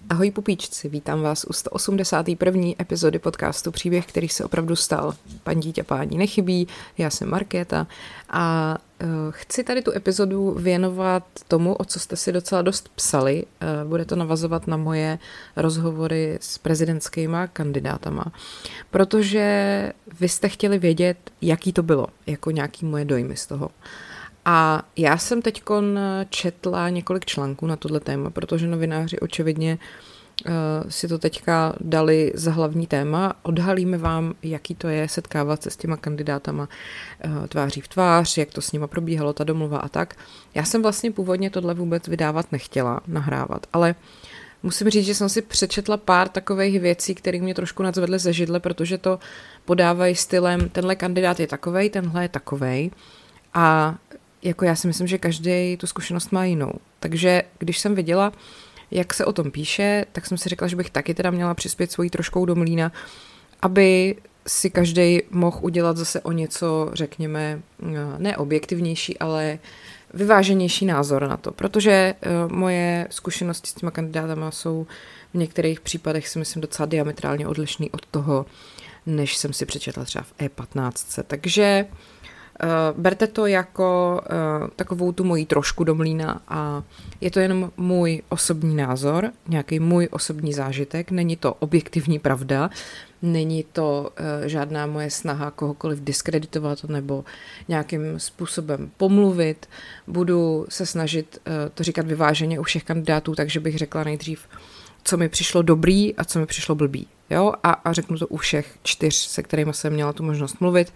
Ahoj pupíčci, vítám vás u 181. epizody podcastu Příběh, který se opravdu stal. Paní dítě pání nechybí, já jsem Markéta a chci tady tu epizodu věnovat tomu, o co jste si docela dost psali. Bude to navazovat na moje rozhovory s prezidentskýma kandidátama, protože vy jste chtěli vědět, jaký to bylo, jako nějaký moje dojmy z toho. A já jsem teďkon četla několik článků na tohle téma, protože novináři očividně si to teďka dali za hlavní téma. Odhalíme vám, jaký to je setkávat se s těma kandidátama tváří v tvář, jak to s nima probíhalo, ta domluva a tak. Já jsem vlastně původně tohle vůbec vydávat nechtěla, nahrávat, ale musím říct, že jsem si přečetla pár takových věcí, které mě trošku nadzvedly ze židle, protože to podávají stylem, tenhle kandidát je takovej, tenhle je takovej. A jako já si myslím, že každý tu zkušenost má jinou. Takže když jsem viděla, jak se o tom píše, tak jsem si řekla, že bych taky teda měla přispět svojí troškou do mlýna, aby si každý mohl udělat zase o něco, řekněme, ne objektivnější, ale vyváženější názor na to. Protože moje zkušenosti s těma kandidátama jsou v některých případech, si myslím, docela diametrálně odlišný od toho, než jsem si přečetla třeba v E15. Takže berte to jako takovou tu moji trošku do mlýna a je to jenom můj osobní názor, nějaký můj osobní zážitek, není to objektivní pravda, není to žádná moje snaha kohokoliv diskreditovat nebo nějakým způsobem pomluvit. Budu se snažit to říkat vyváženě u všech kandidátů, takže bych řekla nejdřív, co mi přišlo dobrý a co mi přišlo blbý. Jo? A řeknu to u všech 4, se kterými jsem měla tu možnost mluvit.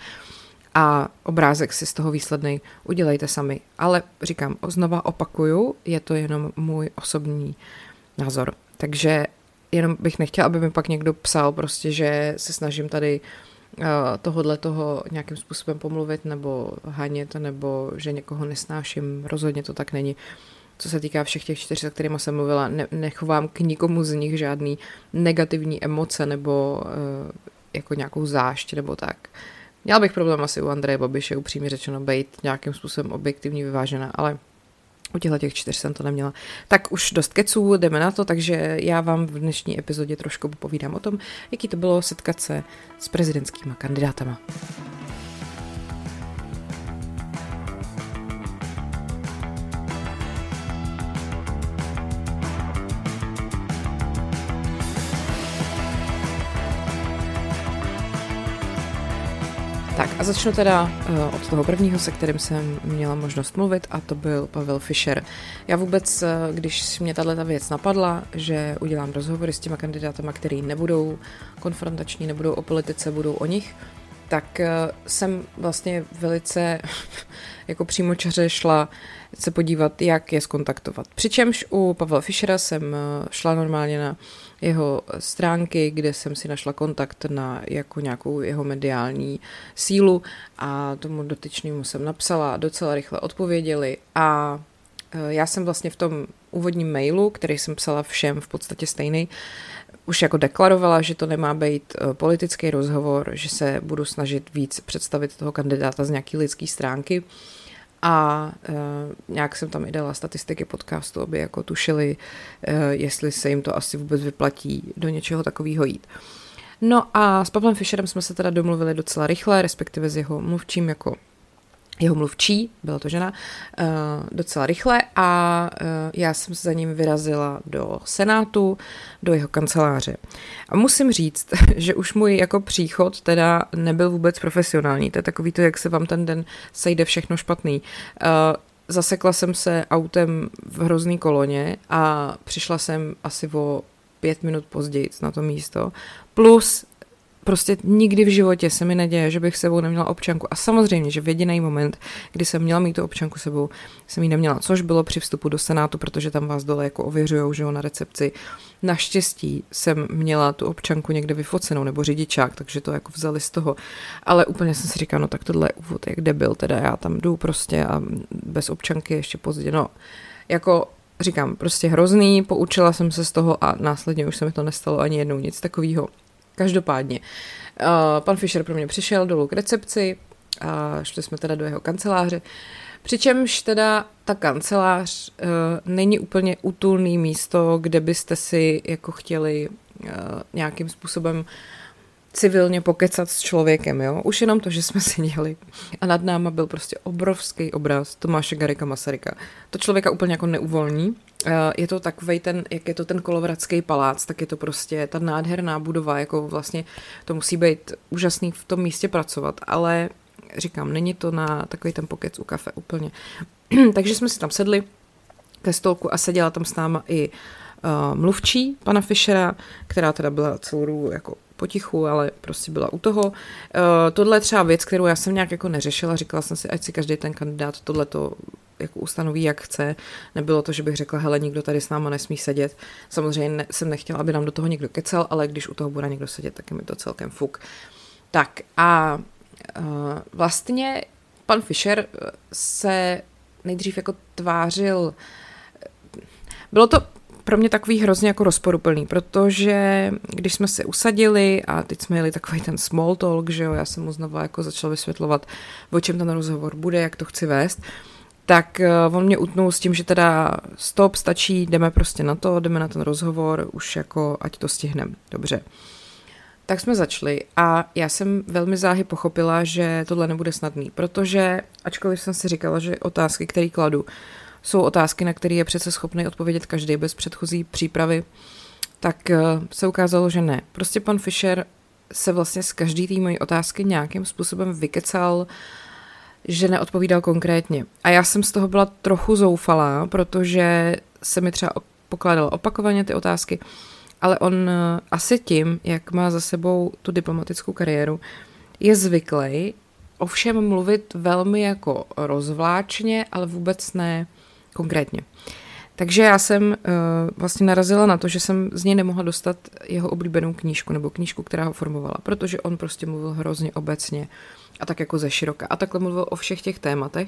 A obrázek si z toho výslednej udělejte sami. Ale říkám, znova opakuju, je to jenom můj osobní názor. Takže jenom bych nechtěla, aby mi pak někdo psal prostě, že se snažím tady tohodle toho nějakým způsobem pomluvit nebo hanět, nebo že někoho nesnáším. Rozhodně to tak není. Co se týká všech těch 4, se kterými jsem mluvila, nechovám k nikomu z nich žádný negativní emoce nebo jako nějakou zášť nebo tak. Měla bych problém asi u Andreje Babiše, upřímně řečeno, být nějakým způsobem objektivní vyvážená, ale u těch 4 jsem to neměla. Tak už dost keců, jdeme na to, takže já vám v dnešní epizodě trošku povídám o tom, jaký to bylo setkat se s prezidentskýma kandidátama. Tak a začnu teda od toho prvního, se kterým jsem měla možnost mluvit, a to byl Pavel Fischer. Já vůbec, když mě tato věc napadla, že udělám rozhovory s těma kandidátama, který nebudou konfrontační, nebudou o politice, budou o nich, tak jsem vlastně velice jako přímočaře šla se podívat, jak je zkontaktovat. Přičemž u Pavla Fischera jsem šla normálně na jeho stránky, kde jsem si našla kontakt na jako nějakou jeho mediální sílu a tomu dotyčnému jsem napsala, docela rychle odpověděli a já jsem vlastně v tom úvodním mailu, který jsem psala všem v podstatě stejný, už jako deklarovala, že to nemá být politický rozhovor, že se budu snažit víc představit toho kandidáta z nějaký lidský stránky a nějak jsem tam i dala statistiky podcastu, aby jako tušili, jestli se jim to asi vůbec vyplatí do něčeho takového jít. No a s Pavlem Fischerem jsme se teda domluvili docela rychle, respektive s jeho mluvčím jako jeho mluvčí, byla to žena, docela rychle a já jsem se za ním vyrazila do Senátu, do jeho kanceláře. A musím říct, že už můj jako příchod teda nebyl vůbec profesionální, to je takový to, jak se vám ten den sejde všechno špatný. Zasekla jsem se autem v hrozný koloně a přišla jsem asi o 5 minut později na to místo, plus prostě nikdy v životě se mi neděje, že bych sebou neměla občanku. A samozřejmě, že v jediný moment, kdy jsem měla mít tu občanku sebou, jsem ji neměla, což bylo při vstupu do Senátu, protože tam vás dole jako ověřujou, že jo, na recepci. Naštěstí jsem měla tu občanku někde vyfocenou, nebo řidičák, takže to jako vzali z toho. Ale úplně jsem si říkala, no tak tohle je úvod, jak debil, teda já tam jdu prostě a bez občanky ještě pozdě, no. Jako říkám, prostě hrozný, poučila jsem se z toho a následně už se mi to nestalo ani jednou, nic takového. Každopádně, pan Fischer pro mě přišel dolů k recepci a šli jsme teda do jeho kanceláře. Přičemž teda ta kancelář není úplně útulný místo, kde byste si jako chtěli nějakým způsobem civilně pokecat s člověkem, jo. Už jenom to, že jsme seděli a nad náma byl prostě obrovský obraz Tomáše Garrigua Masaryka. To člověka úplně jako neuvolní. Je to takovej ten, jak je to ten Kolovratský palác, tak je to prostě ta nádherná budova, jako vlastně to musí být úžasný v tom místě pracovat, ale říkám, není to na takový ten pokec u kafe úplně. Takže jsme si tam sedli ke stolku a seděla tam s náma i mluvčí pana Fischera, která teda byla celou dobu jako potichu, ale prostě byla u toho. Tohle je třeba věc, kterou já jsem nějak jako neřešila, říkala jsem si, ať si každý ten kandidát tohleto jako ustanoví, jak chce. Nebylo to, že bych řekla, hele, nikdo tady s náma nesmí sedět. Samozřejmě jsem nechtěla, aby nám do toho někdo kecal, ale když u toho bude někdo sedět, tak je mi to celkem fuk. Tak a vlastně pan Fischer se nejdřív jako tvářil, bylo to pro mě takový hrozně jako rozporuplný, protože když jsme se usadili a teď jsme jeli takový ten small talk, že jo, já jsem mu znovu jako začala vysvětlovat, o čem ten rozhovor bude, jak to chci vést, tak on mě utnul s tím, že teda stop, stačí, jdeme prostě na to, jdeme na ten rozhovor, už jako ať to stihneme, dobře. Tak jsme začali a já jsem velmi záhy pochopila, že tohle nebude snadný, protože ačkoliv jsem si říkala, že otázky, které kladu, jsou otázky, na které je přece schopný odpovědět každý bez předchozí přípravy, tak se ukázalo, že ne. Prostě pan Fischer se vlastně z každý té mojí otázky nějakým způsobem vykecal, že neodpovídal konkrétně. A já jsem z toho byla trochu zoufalá, protože se mi třeba pokládala opakovaně ty otázky, ale on asi tím, jak má za sebou tu diplomatickou kariéru, je zvyklý ovšem mluvit velmi jako rozvláčně, ale vůbec ne konkrétně. Takže já jsem vlastně narazila na to, že jsem z něj nemohla dostat jeho oblíbenou knížku nebo knížku, která ho formovala, protože on prostě mluvil hrozně obecně a tak jako ze široka. A takhle mluvil o všech těch tématech,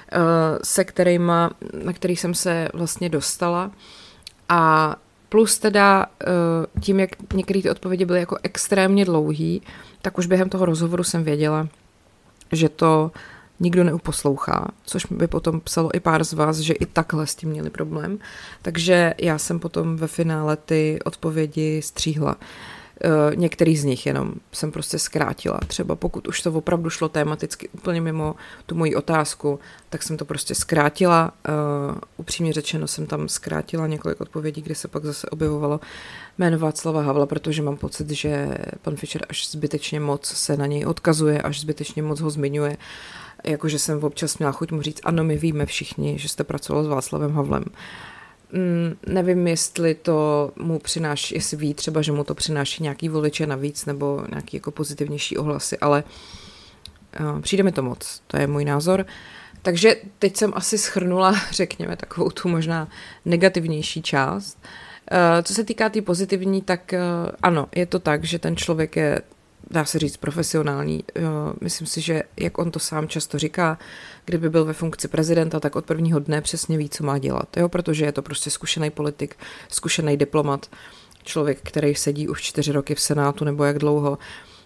na který jsem se vlastně dostala. A plus teda tím, jak některé ty odpovědi byly jako extrémně dlouhý, tak už během toho rozhovoru jsem věděla, že to nikdo neuposlouchá, což by potom psalo i pár z vás, že i takhle s tím měli problém. Takže já jsem potom ve finále ty odpovědi stříhla. Některý z nich jenom jsem prostě zkrátila. Třeba pokud už to opravdu šlo tematicky úplně mimo tu moji otázku, tak jsem to prostě zkrátila. Upřímně řečeno jsem tam zkrátila několik odpovědí, kde se pak zase objevovalo jméno Václava Havla, protože mám pocit, že pan Fischer až zbytečně moc se na něj odkazuje, až zbytečně moc ho zmiňuje. Jakože jsem občas měla chuť mu říct, ano, my víme všichni, že jste pracoval s Václavem Havlem. Nevím, jestli to mu přináší, jestli ví třeba, že mu to přináší nějaký voliče navíc nebo nějaký jako pozitivnější ohlasy, ale přijde mi to moc, to je můj názor. Takže teď jsem asi shrnula, řekněme, takovou tu možná negativnější část. Co se týká té pozitivní, tak ano, je to tak, že ten člověk je, dá se říct, profesionální. Myslím si, že jak on to sám často říká, kdyby byl ve funkci prezidenta, tak od prvního dne přesně ví, co má dělat. Jo? Protože je to prostě zkušený politik, zkušený diplomat, člověk, který sedí už 4 roky v Senátu nebo jak dlouho.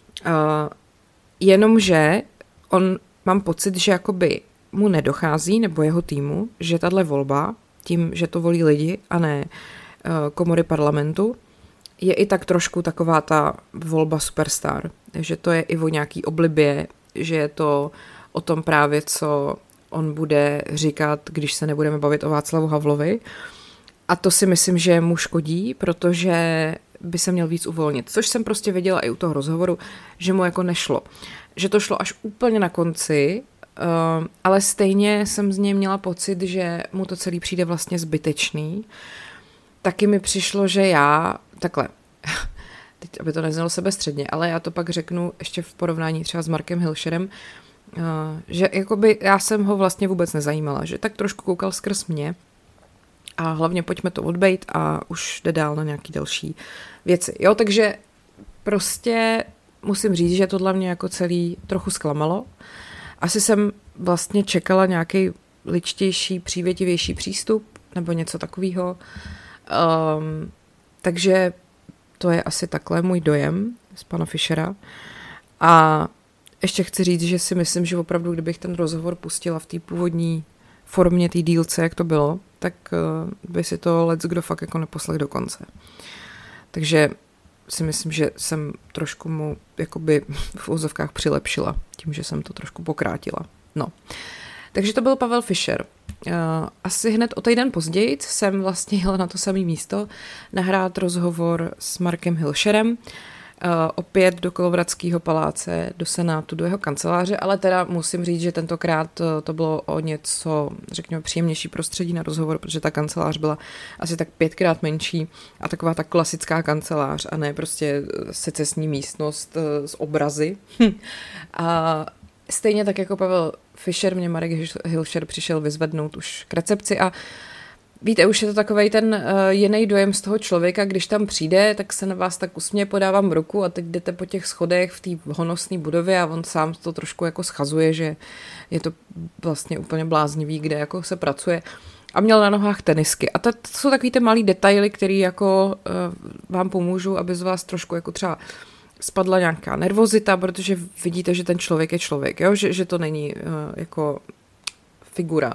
Jenomže on, mám pocit, že jakoby mu nedochází, nebo jeho týmu, že tahle volba, tím, že to volí lidi a ne komory parlamentu, je i tak trošku taková ta volba superstar, že to je i o nějaký oblibě, že je to o tom právě, co on bude říkat, když se nebudeme bavit o Václavu Havlovi. A to si myslím, že mu škodí, protože by se měl víc uvolnit. Což jsem prostě věděla i u toho rozhovoru, že mu jako nešlo. Že to šlo až úplně na konci, ale stejně jsem z něj měla pocit, že mu to celý přijde vlastně zbytečný. Taky mi přišlo, že já, takhle, teď aby to neznělo sebestředně, ale já to pak řeknu ještě v porovnání třeba s Markem Hilscherem, že jakoby já jsem ho vlastně vůbec nezajímala, že tak trošku koukal skrz mě a hlavně pojďme to odbejt a už jde dál na nějaký další věci. Jo, takže prostě musím říct, že tohle mě jako celý trochu zklamalo. Asi jsem vlastně čekala nějaký ličtější, přívětivější přístup nebo něco takového. Takže to je asi takhle můj dojem z pana Fischera. A ještě chci říct, že si myslím, že opravdu, kdybych ten rozhovor pustila v té původní formě té dílce, jak to bylo, tak by si to leckdo fakt jako neposlech do konce. Takže si myslím, že jsem trošku mu jakoby v úzovkách přilepšila tím, že jsem to trošku pokrátila. No. Takže to byl Pavel Fischer. Asi hned o týden později jsem vlastně jela na to samé místo nahrát rozhovor s Markem Hilscherem, opět do Kolovratského paláce, do Senátu, do jeho kanceláře, ale teda musím říct, že tentokrát to bylo o něco, řekněme, příjemnější prostředí na rozhovor, protože ta kancelář byla asi tak 5krát menší a taková ta klasická kancelář a ne prostě secesní místnost s obrazy. A stejně tak jako Pavel Fischer, mě Marek Hilscher přišel vyzvednout už k recepci a víte, už je to takovej ten jiný dojem z toho člověka, když tam přijde, tak se na vás tak usměje, podávám ruku a teď jdete po těch schodech v té honosné budově a on sám to trošku jako schazuje, že je to vlastně úplně bláznivý, kde jako se pracuje. A měl na nohách tenisky. A to jsou takový ty malý detaily, který jako vám pomůžou, aby z vás trošku jako třeba spadla nějaká nervozita, protože vidíte, že ten člověk je člověk, jo? Že to není jako figura.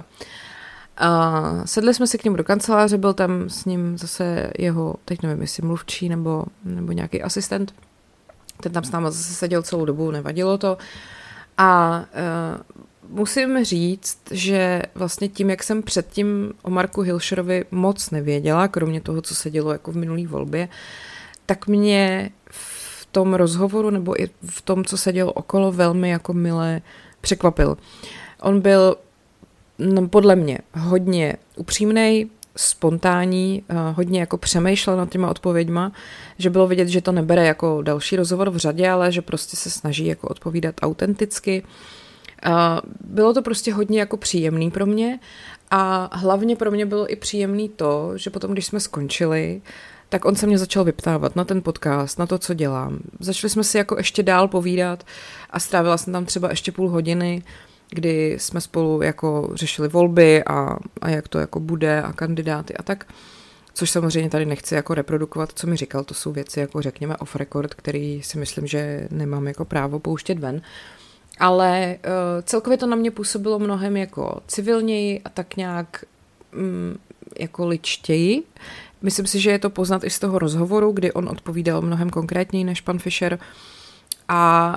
A sedli jsme si k němu do kanceláře, byl tam s ním zase jeho, teď nevím, jestli mluvčí nebo nějaký asistent. Ten tam s náma zase seděl celou dobu, nevadilo to. A musím říct, že vlastně tím, jak jsem předtím o Marku Hilscherovi moc nevěděla, kromě toho, co se dělo jako v minulý volbě, tak mě v tom rozhovoru nebo i v tom, co se dělo okolo, velmi jako milé překvapil. On byl podle mě hodně upřímnej, spontánní, hodně jako přemýšlel nad těma odpověďma, že bylo vidět, že to nebere jako další rozhovor v řadě, ale že prostě se snaží jako odpovídat autenticky. Bylo to prostě hodně jako příjemný pro mě a hlavně pro mě bylo i příjemný to, že potom, když jsme skončili, tak on se mě začal vyptávat na ten podcast, na to, co dělám. Začali jsme si jako ještě dál povídat a strávila jsem tam třeba ještě půl hodiny, kdy jsme spolu jako řešili volby a jak to jako bude a kandidáty a tak, což samozřejmě tady nechci jako reprodukovat, co mi říkal, to jsou věci jako řekněme off record, který si myslím, že nemám jako právo pouštět ven, ale celkově to na mě působilo mnohem jako civilněji a tak nějak jako ličtěji. Myslím si, že je to poznat i z toho rozhovoru, kdy on odpovídal mnohem konkrétněji než pan Fischer a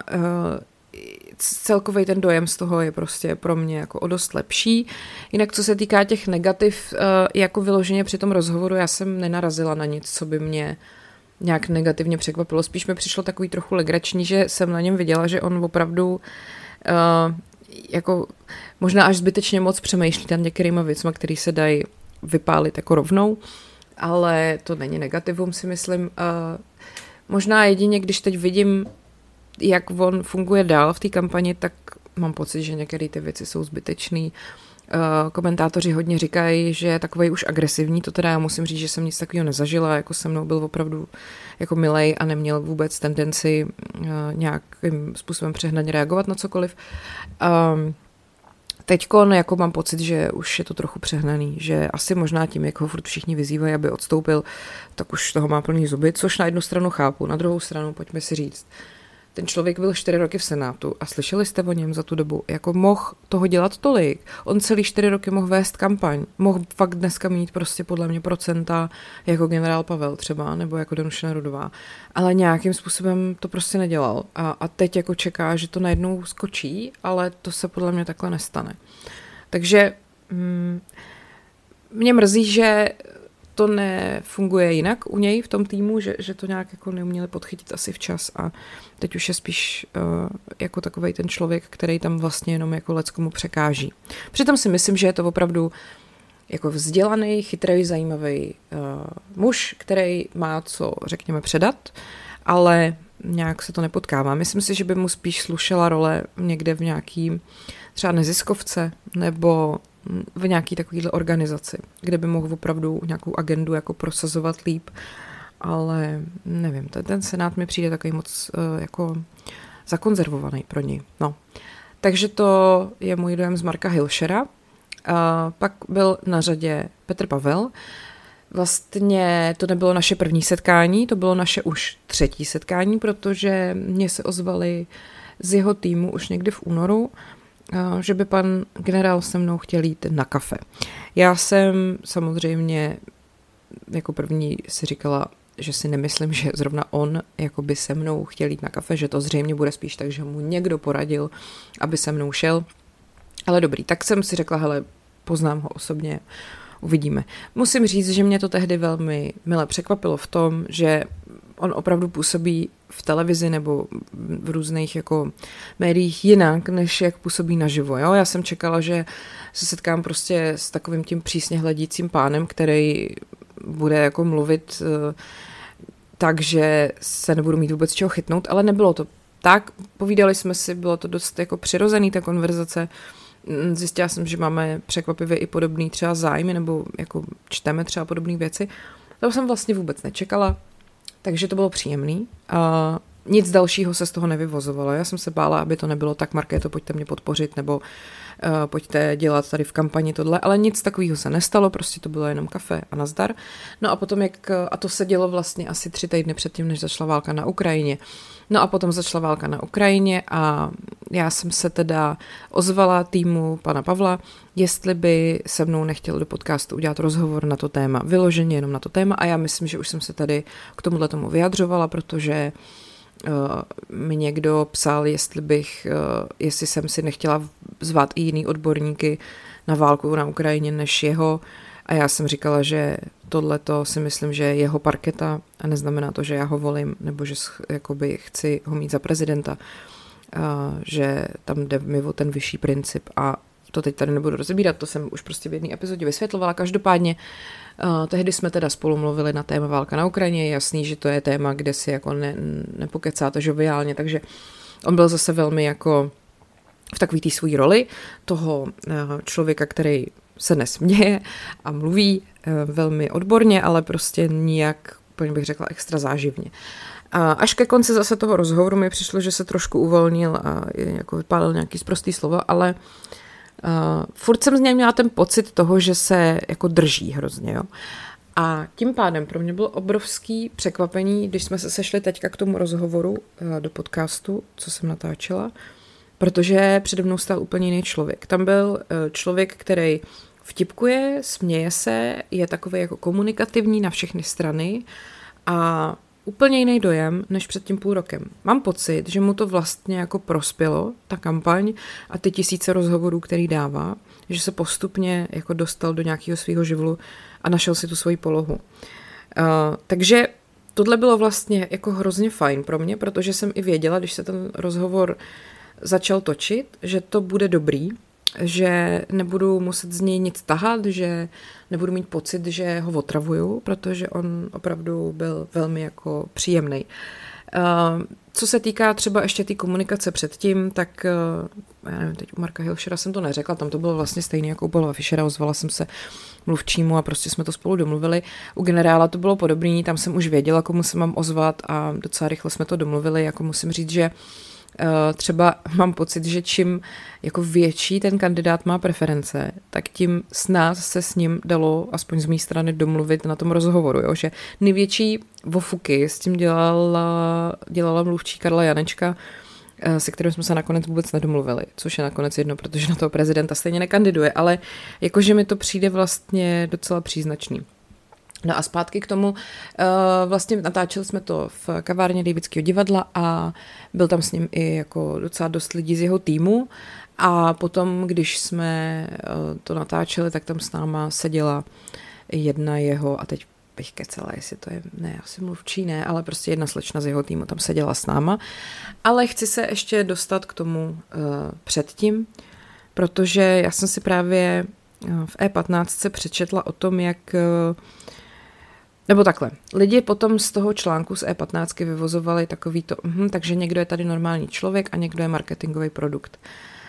celkový ten dojem z toho je prostě pro mě jako o dost lepší. Jinak co se týká těch negativ, jako vyloženě při tom rozhovoru, já jsem nenarazila na nic, co by mě nějak negativně překvapilo. Spíš mi přišlo takový trochu legrační, že jsem na něm viděla, že on opravdu jako možná až zbytečně moc přemýšlí nad některýma věcma, který se dají vypálit jako rovnou, ale to není negativum, si myslím. Možná jedině, když teď vidím, jak on funguje dál v té kampani, tak mám pocit, že některé ty věci jsou zbytečný. Komentátoři hodně říkají, že je takovej už agresivní, to teda já musím říct, že jsem nic takového nezažila, jako se mnou byl opravdu jako milej a neměl vůbec tendenci nějakým způsobem přehnaně reagovat na cokoliv. Teďko jako mám pocit, že už je to trochu přehnaný, že asi možná tím, jak ho furt všichni vyzývají, aby odstoupil, tak už toho má plný zuby, což na jednu stranu chápu, na druhou stranu pojďme si říct. Ten člověk byl 4 roky v Senátu a slyšeli jste o něm za tu dobu, jako mohl toho dělat tolik. On celý 4 roky mohl vést kampaň, mohl fakt dneska mít prostě podle mě procenta jako generál Pavel třeba, nebo jako Danuše Nerudová, ale nějakým způsobem to prostě nedělal a teď jako čeká, že to najednou skočí, ale to se podle mě takhle nestane. Takže mě mrzí, že to nefunguje jinak u něj v tom týmu, že to nějak jako neuměli podchytit asi včas a teď už je spíš jako takovej ten člověk, který tam vlastně jenom jako leckomu překáží. Přitom si myslím, že je to opravdu jako vzdělaný, chytrý, zajímavý muž, který má co, řekněme, předat, ale nějak se to nepotkává. Myslím si, že by mu spíš slušela role někde v nějaký třeba neziskovce nebo v nějaký takovýhle organizaci, kde by mohl opravdu nějakou agendu jako prosazovat líp, ale nevím, ten senát mi přijde takový moc jako zakonzervovaný pro něj. No. Takže to je můj dojem z Marka Hilschera. Pak byl na řadě Petr Pavel. Vlastně to nebylo naše první setkání, to bylo naše už 3. setkání, protože mě se ozvali z jeho týmu už někdy v únoru že by pan generál se mnou chtěl jít na kafe. Já jsem samozřejmě jako první si říkala, že si nemyslím, že zrovna on jako by se mnou chtěl jít na kafe, že to zřejmě bude spíš tak, že mu někdo poradil, aby se mnou šel. Ale dobrý, tak jsem si řekla, hele, poznám ho osobně, uvidíme. Musím říct, že mě to tehdy velmi mile překvapilo v tom, že on opravdu působí v televizi nebo v různých jako médiích jinak, než jak působí naživo. Jo? Já jsem čekala, že se setkám prostě s takovým tím přísně hledícím pánem, který bude jako mluvit tak, že se nebudu mít vůbec čeho chytnout, ale nebylo to tak. Povídali jsme si, bylo to dost jako přirozený, ta konverzace. Zjistila jsem, že máme překvapivě i podobný třeba zájmy, nebo jako čteme třeba podobné věci. To jsem vlastně vůbec nečekala, takže to bylo příjemný. A nic dalšího se z toho nevyvozovalo. Já jsem se bála, aby to nebylo tak, Markéto, pojďte mě podpořit, nebo pojďte dělat tady v kampani tohle, ale nic takového se nestalo, prostě to bylo jenom kafe a nazdar. No a potom a to se dělo vlastně asi 3 týdny předtím, než začala válka na Ukrajině. No a potom začala válka na Ukrajině a já jsem se teda ozvala týmu pana Pavla, jestli by se mnou nechtěl do podcastu udělat rozhovor na to téma, vyloženě jenom na to téma, a já myslím, že už jsem se tady k tomuhle tomu vyjadřovala, protože mi někdo psal, jestli jsem si nechtěla zvát i jiný odborníky na válku na Ukrajině než jeho, a já jsem říkala, že tohleto si myslím, že je jeho parketa a neznamená to, že já ho volím nebo že jakoby chci ho mít za prezidenta, že tam jde mi o ten vyšší princip, a to teď tady nebudu rozebírat, to jsem už prostě v jedné epizodě vysvětlovala. Každopádně tehdy jsme teda spolu mluvili na téma válka na Ukrajině, je jasný, že to je téma, kde si jako nepokecáte žoviálně, takže on byl zase velmi jako v takový té svý roli toho člověka, který se nesměje a mluví velmi odborně, ale prostě nijak, úplně bych řekla, extra záživně. A až ke konci zase toho rozhovoru mi přišlo, že se trošku uvolnil a jako vypálil nějaký sprostý slovo, ale furt jsem z něj měla ten pocit toho, že se jako drží hrozně, jo. A tím pádem pro mě bylo obrovský překvapení, když jsme se sešli teďka k tomu rozhovoru do podcastu, co jsem natáčela, protože přede mnou stál úplně jiný člověk. Tam byl člověk, který vtipkuje, směje se, je takový jako komunikativní na všechny strany a úplně jiný dojem než před tím 0,5 rokem. Mám pocit, že mu to vlastně jako prospělo, ta kampaň a ty 1000 rozhovorů, který dává, že se postupně jako dostal do nějakého svého živlu a našel si tu svoji polohu. Takže tohle bylo vlastně jako hrozně fajn pro mě, protože jsem i věděla, když se ten rozhovor začal točit, že to bude dobrý, že nebudu muset z něj nic tahat, že nebudu mít pocit, že ho otravuju, protože on opravdu byl velmi jako příjemný. Co se týká třeba ještě té komunikace předtím, tak já nevím, teď u Marka Hilšera jsem to neřekla, tam to bylo vlastně stejné jako u Pavla Fischera, ozvala jsem se mluvčímu a prostě jsme to spolu domluvili. U generála to bylo podobné, tam jsem už věděla, komu se mám ozvat a docela rychle jsme to domluvili, jako musím říct, že třeba mám pocit, že čím jako větší ten kandidát má preference, tak tím s nás se s ním dalo, aspoň z mé strany, domluvit na tom rozhovoru, jo? Že největší vofuky s tím dělala mluvčí Karla Janečka, se kterým jsme se nakonec vůbec nedomluvili, což je nakonec jedno, protože na toho prezidenta stejně nekandiduje, ale jakože mi to přijde vlastně docela příznačný. No a zpátky k tomu, vlastně natáčeli jsme to v kavárně Davidského divadla a byl tam s ním i jako docela dost lidí z jeho týmu a potom, když jsme to natáčeli, tak tam s náma seděla jedna jeho, a teď bych kecela, jestli to je, ne, asi mluvčí, ne, ale prostě jedna slečna z jeho týmu tam seděla s náma, ale chci se ještě dostat k tomu předtím, protože já jsem si právě v E15 přečetla o tom, jak nebo takhle, lidi potom z toho článku z E15 vyvozovali takový to, takže někdo je tady normální člověk a někdo je marketingový produkt.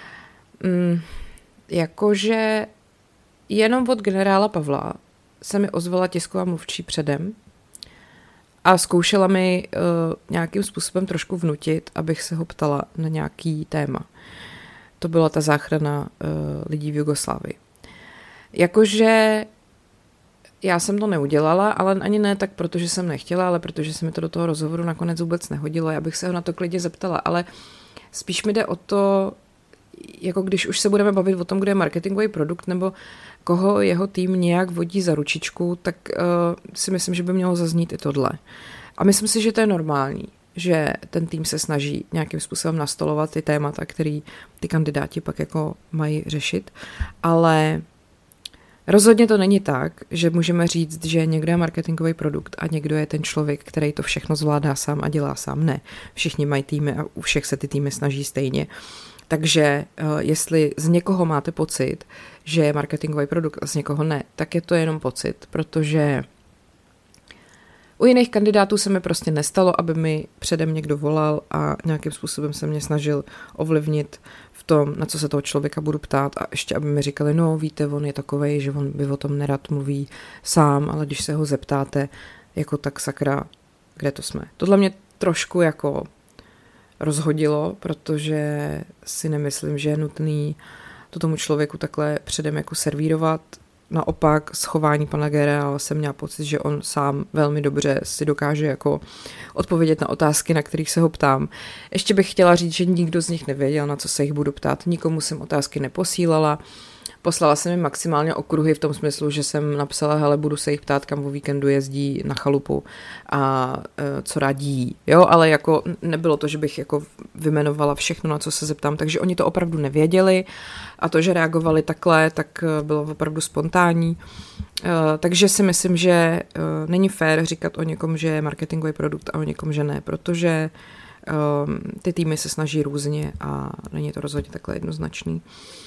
Jakože jenom od generála Pavla se mi ozvala tisková mluvčí předem a zkoušela mi nějakým způsobem trošku vnutit, abych se ho ptala na nějaký téma. To byla ta záchrana lidí v Jugoslávii. Jakože já jsem to neudělala, ale ani ne tak, protože jsem nechtěla, ale protože se mi to do toho rozhovoru nakonec vůbec nehodilo. Já bych se ho na to klidně zeptala, ale spíš mi jde o to, jako když už se budeme bavit o tom, kde je marketingový produkt nebo koho jeho tým nějak vodí za ručičku, tak si myslím, že by mělo zaznít i tohle. A myslím si, že to je normální, že ten tým se snaží nějakým způsobem nastolovat ty témata, který ty kandidáti pak jako mají řešit, ale rozhodně to není tak, že můžeme říct, že někdo je marketingový produkt a někdo je ten člověk, který to všechno zvládá sám a dělá sám. Ne, všichni mají týmy a u všech se ty týmy snaží stejně. Takže jestli z někoho máte pocit, že je marketingový produkt a z někoho ne, tak je to jenom pocit, protože u jiných kandidátů se mi prostě nestalo, aby mi předem někdo volal a nějakým způsobem se mě snažil ovlivnit v tom, na co se toho člověka budu ptát a ještě, aby mi říkali, no víte, on je takovej, že on by o tom nerad mluví sám, ale když se ho zeptáte, jako tak sakra, kde to jsme. Tohle mě trošku jako rozhodilo, protože si nemyslím, že je nutný to tomu člověku takhle předem jako servírovat. Naopak z chování pana generála jsem měla pocit, že on sám velmi dobře si dokáže jako odpovědět na otázky, na kterých se ho ptám. Ještě bych chtěla říct, že nikdo z nich nevěděl, na co se jich budu ptát. Nikomu jsem otázky neposílala. Poslala jsem jim maximálně okruhy v tom smyslu, že jsem napsala, hele, budu se jich ptát, kam o víkendu jezdí na chalupu a co radí. Jo, ale jako nebylo to, že bych jako vymenovala všechno, na co se zeptám, takže oni to opravdu nevěděli a to, že reagovali takhle, tak bylo opravdu spontánní. Takže si myslím, že není fér říkat o někom, že je marketingový produkt a o někom, že ne, protože ty týmy se snaží různě a není to rozhodně takhle jednoznačný.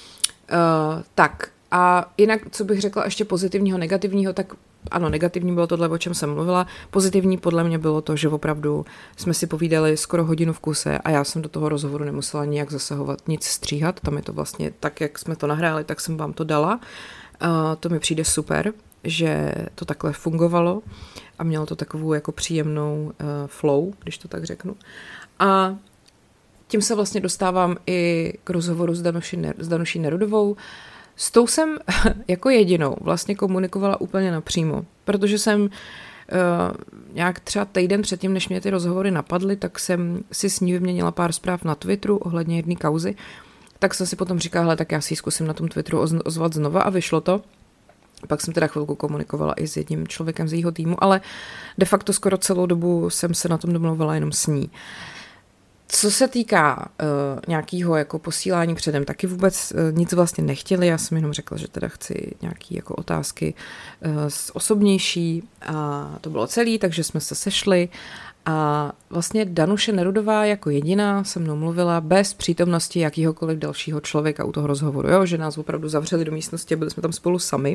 Tak a jinak, co bych řekla ještě pozitivního, negativního, tak ano, negativní bylo tohle, o čem jsem mluvila. Pozitivní podle mě bylo to, že opravdu jsme si povídali skoro hodinu v kuse a já jsem do toho rozhovoru nemusela nijak zasahovat, nic stříhat. Tam je to vlastně tak, jak jsme to nahráli, tak jsem vám to dala. To mi přijde super, že to takhle fungovalo a mělo to takovou jako příjemnou flow, když to tak řeknu. A tím se vlastně dostávám i k rozhovoru s Danuší Nerudovou. S tou jsem jako jedinou vlastně komunikovala úplně napřímo, protože jsem nějak třeba týden předtím, než mě ty rozhovory napadly, tak jsem si s ní vyměnila pár zpráv na Twitteru ohledně jedné kauzy. Tak jsem si potom říkala, hele, tak já si ji zkusím na tom Twitteru ozvat znova a vyšlo to. Pak jsem teda chvilku komunikovala i s jedním člověkem z jejího týmu, ale de facto skoro celou dobu jsem se na tom domluvila jenom s ní. Co se týká nějakého jako posílání předem, taky vůbec nic vlastně nechtěli, já jsem jenom řekla, že teda chci nějaké jako otázky osobnější a to bylo celý, takže jsme se sešli a vlastně Danuše Nerudová jako jediná se mnou mluvila bez přítomnosti jakýhokoliv dalšího člověka u toho rozhovoru, jo? Že nás opravdu zavřeli do místnosti a byli jsme tam spolu sami.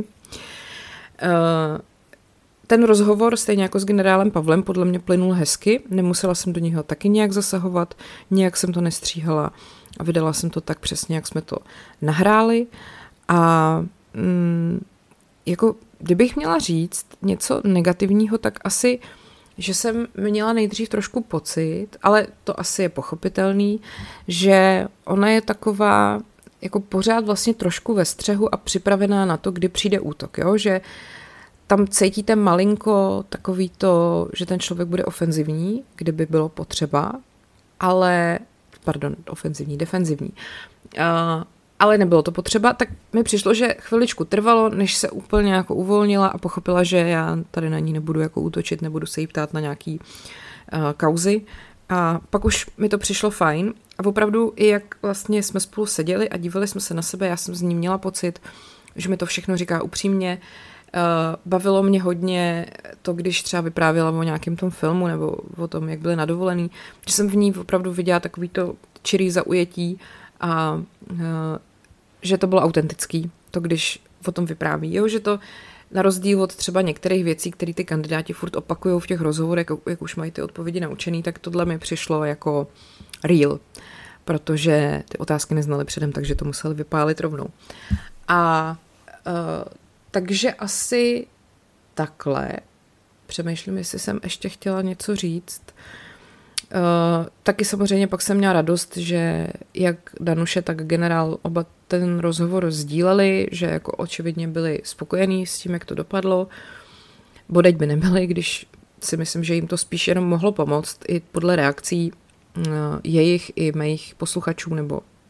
Ten rozhovor, stejně jako s generálem Pavlem, podle mě plynul hezky, nemusela jsem do něho taky nějak zasahovat, nějak jsem to nestříhala a vydala jsem to tak přesně, jak jsme to nahráli. A jako kdybych měla říct něco negativního, tak asi, že jsem měla nejdřív trošku pocit, ale to asi je pochopitelný, že ona je taková jako pořád vlastně trošku ve střehu a připravená na to, kdy přijde útok, jo? Že tam cítíte malinko takový to, že ten člověk bude ofenzivní, kdyby bylo potřeba, ale, defenzivní. Ale nebylo to potřeba, tak mi přišlo, že chviličku trvalo, než se úplně jako uvolnila a pochopila, že já tady na ní nebudu jako útočit, nebudu se jí ptát na nějaký kauzy. A pak už mi to přišlo fajn a opravdu i jak vlastně jsme spolu seděli a dívali jsme se na sebe, já jsem z ní měla pocit, že mi to všechno říká upřímně. Bavilo mě hodně to, když třeba vyprávěla o nějakém tom filmu nebo o tom, jak byli na dovolený, že jsem v ní opravdu viděla takový to čirý zaujetí a že to bylo autentický, to když o tom vypráví, jo, že to na rozdíl od třeba některých věcí, které ty kandidáti furt opakujou v těch rozhovorech, jak už mají ty odpovědi naučený, tak tohle mi přišlo jako real, protože ty otázky neznali předem, takže to museli vypálit rovnou. A takže asi takhle. Přemýšlím, jestli jsem ještě chtěla něco říct. Taky samozřejmě pak jsem měla radost, že jak Danuše, tak generál oba ten rozhovor sdíleli, že jako očividně byli spokojení s tím, jak to dopadlo. Bodeď by nebyli, když si myslím, že jim to spíš jenom mohlo pomoct i podle reakcí jejich i mých posluchačů nebo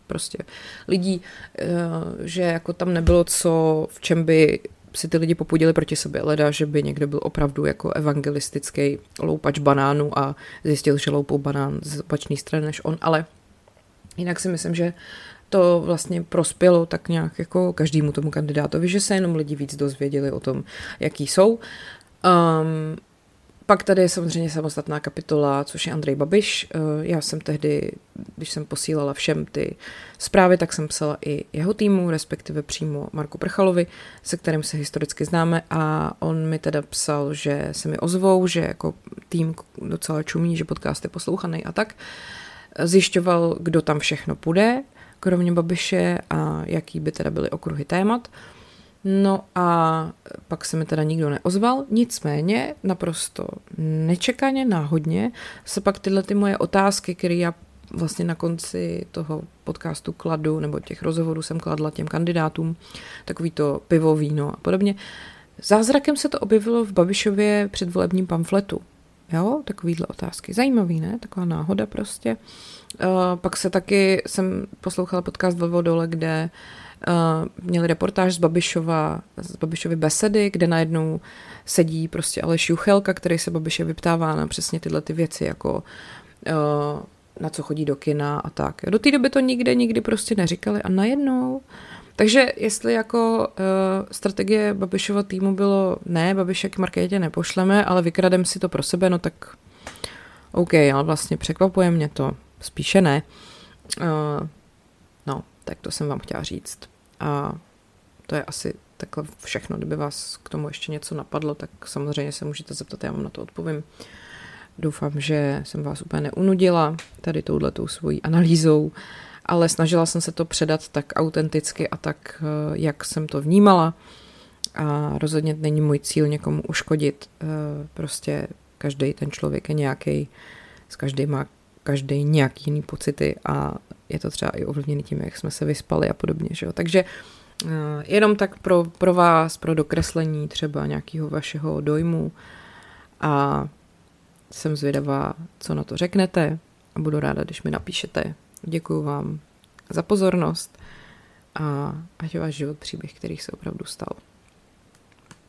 prostě lidí, že jako tam nebylo v čem by si ty lidi popudili proti sobě. Leda, že by někdo byl opravdu jako evangelistický loupač banánů a zjistil, že loupou banán z opačné strany než on, ale jinak si myslím, že to vlastně prospělo tak nějak jako každému tomu kandidátovi, že se jenom lidi víc dozvěděli o tom, jaký jsou. Pak tady je samozřejmě samostatná kapitola, což je Andrej Babiš. Já jsem tehdy, když jsem posílala všem ty zprávy, tak jsem psala i jeho týmu, respektive přímo Marku Prchalovi, se kterým se historicky známe, a on mi teda psal, že se mi ozvou, že jako tým docela čumí, že podcast je poslouchaný a tak. Zjišťoval, kdo tam všechno půjde, kromě Babiše, a jaký by teda byly okruhy témat. No a pak se mi teda nikdo neozval, nicméně naprosto nečekaně, náhodně se pak tyhle ty moje otázky, které já vlastně na konci toho podcastu kladu, nebo těch rozhovorů jsem kladla těm kandidátům, takový to pivo, víno a podobně. Zázrakem se to objevilo v Babišově předvolebním pamfletu. Jo, takovýhle otázky. Zajímavý, ne? Taková náhoda prostě. Pak jsem poslouchala podcast Vlvo dole, kde měli reportáž z Babišovy besedy, kde najednou sedí prostě Aleš Juchelka, který se Babiše vyptává na přesně tyhle ty věci, jako na co chodí do kina a tak. Do té doby to nikdy prostě neříkali a najednou. Takže jestli jako strategie Babišova týmu bylo ne, Babiše k Markétě nepošleme, ale vykrademe si to pro sebe, no tak OK, ale vlastně překvapuje mě to. Spíše ne. No, tak to jsem vám chtěla říct. A to je asi takhle všechno. Kdyby vás k tomu ještě něco napadlo, tak samozřejmě se můžete zeptat, já vám na to odpovím. Doufám, že jsem vás úplně neunudila tady touhletou svojí analýzou, ale snažila jsem se to předat tak autenticky a tak, jak jsem to vnímala. A rozhodně není můj cíl někomu uškodit. Prostě každý ten člověk je nějaký, s každým má každý nějaký jiný pocity a je to třeba i ovlivněný tím, jak jsme se vyspali a podobně. Že jo? Takže jenom tak pro vás, pro dokreslení třeba nějakého vašeho dojmu, a jsem zvědavá, co na to řeknete, a budu ráda, když mi napíšete. Děkuju vám za pozornost a ať je váš život příběh, který se opravdu stal.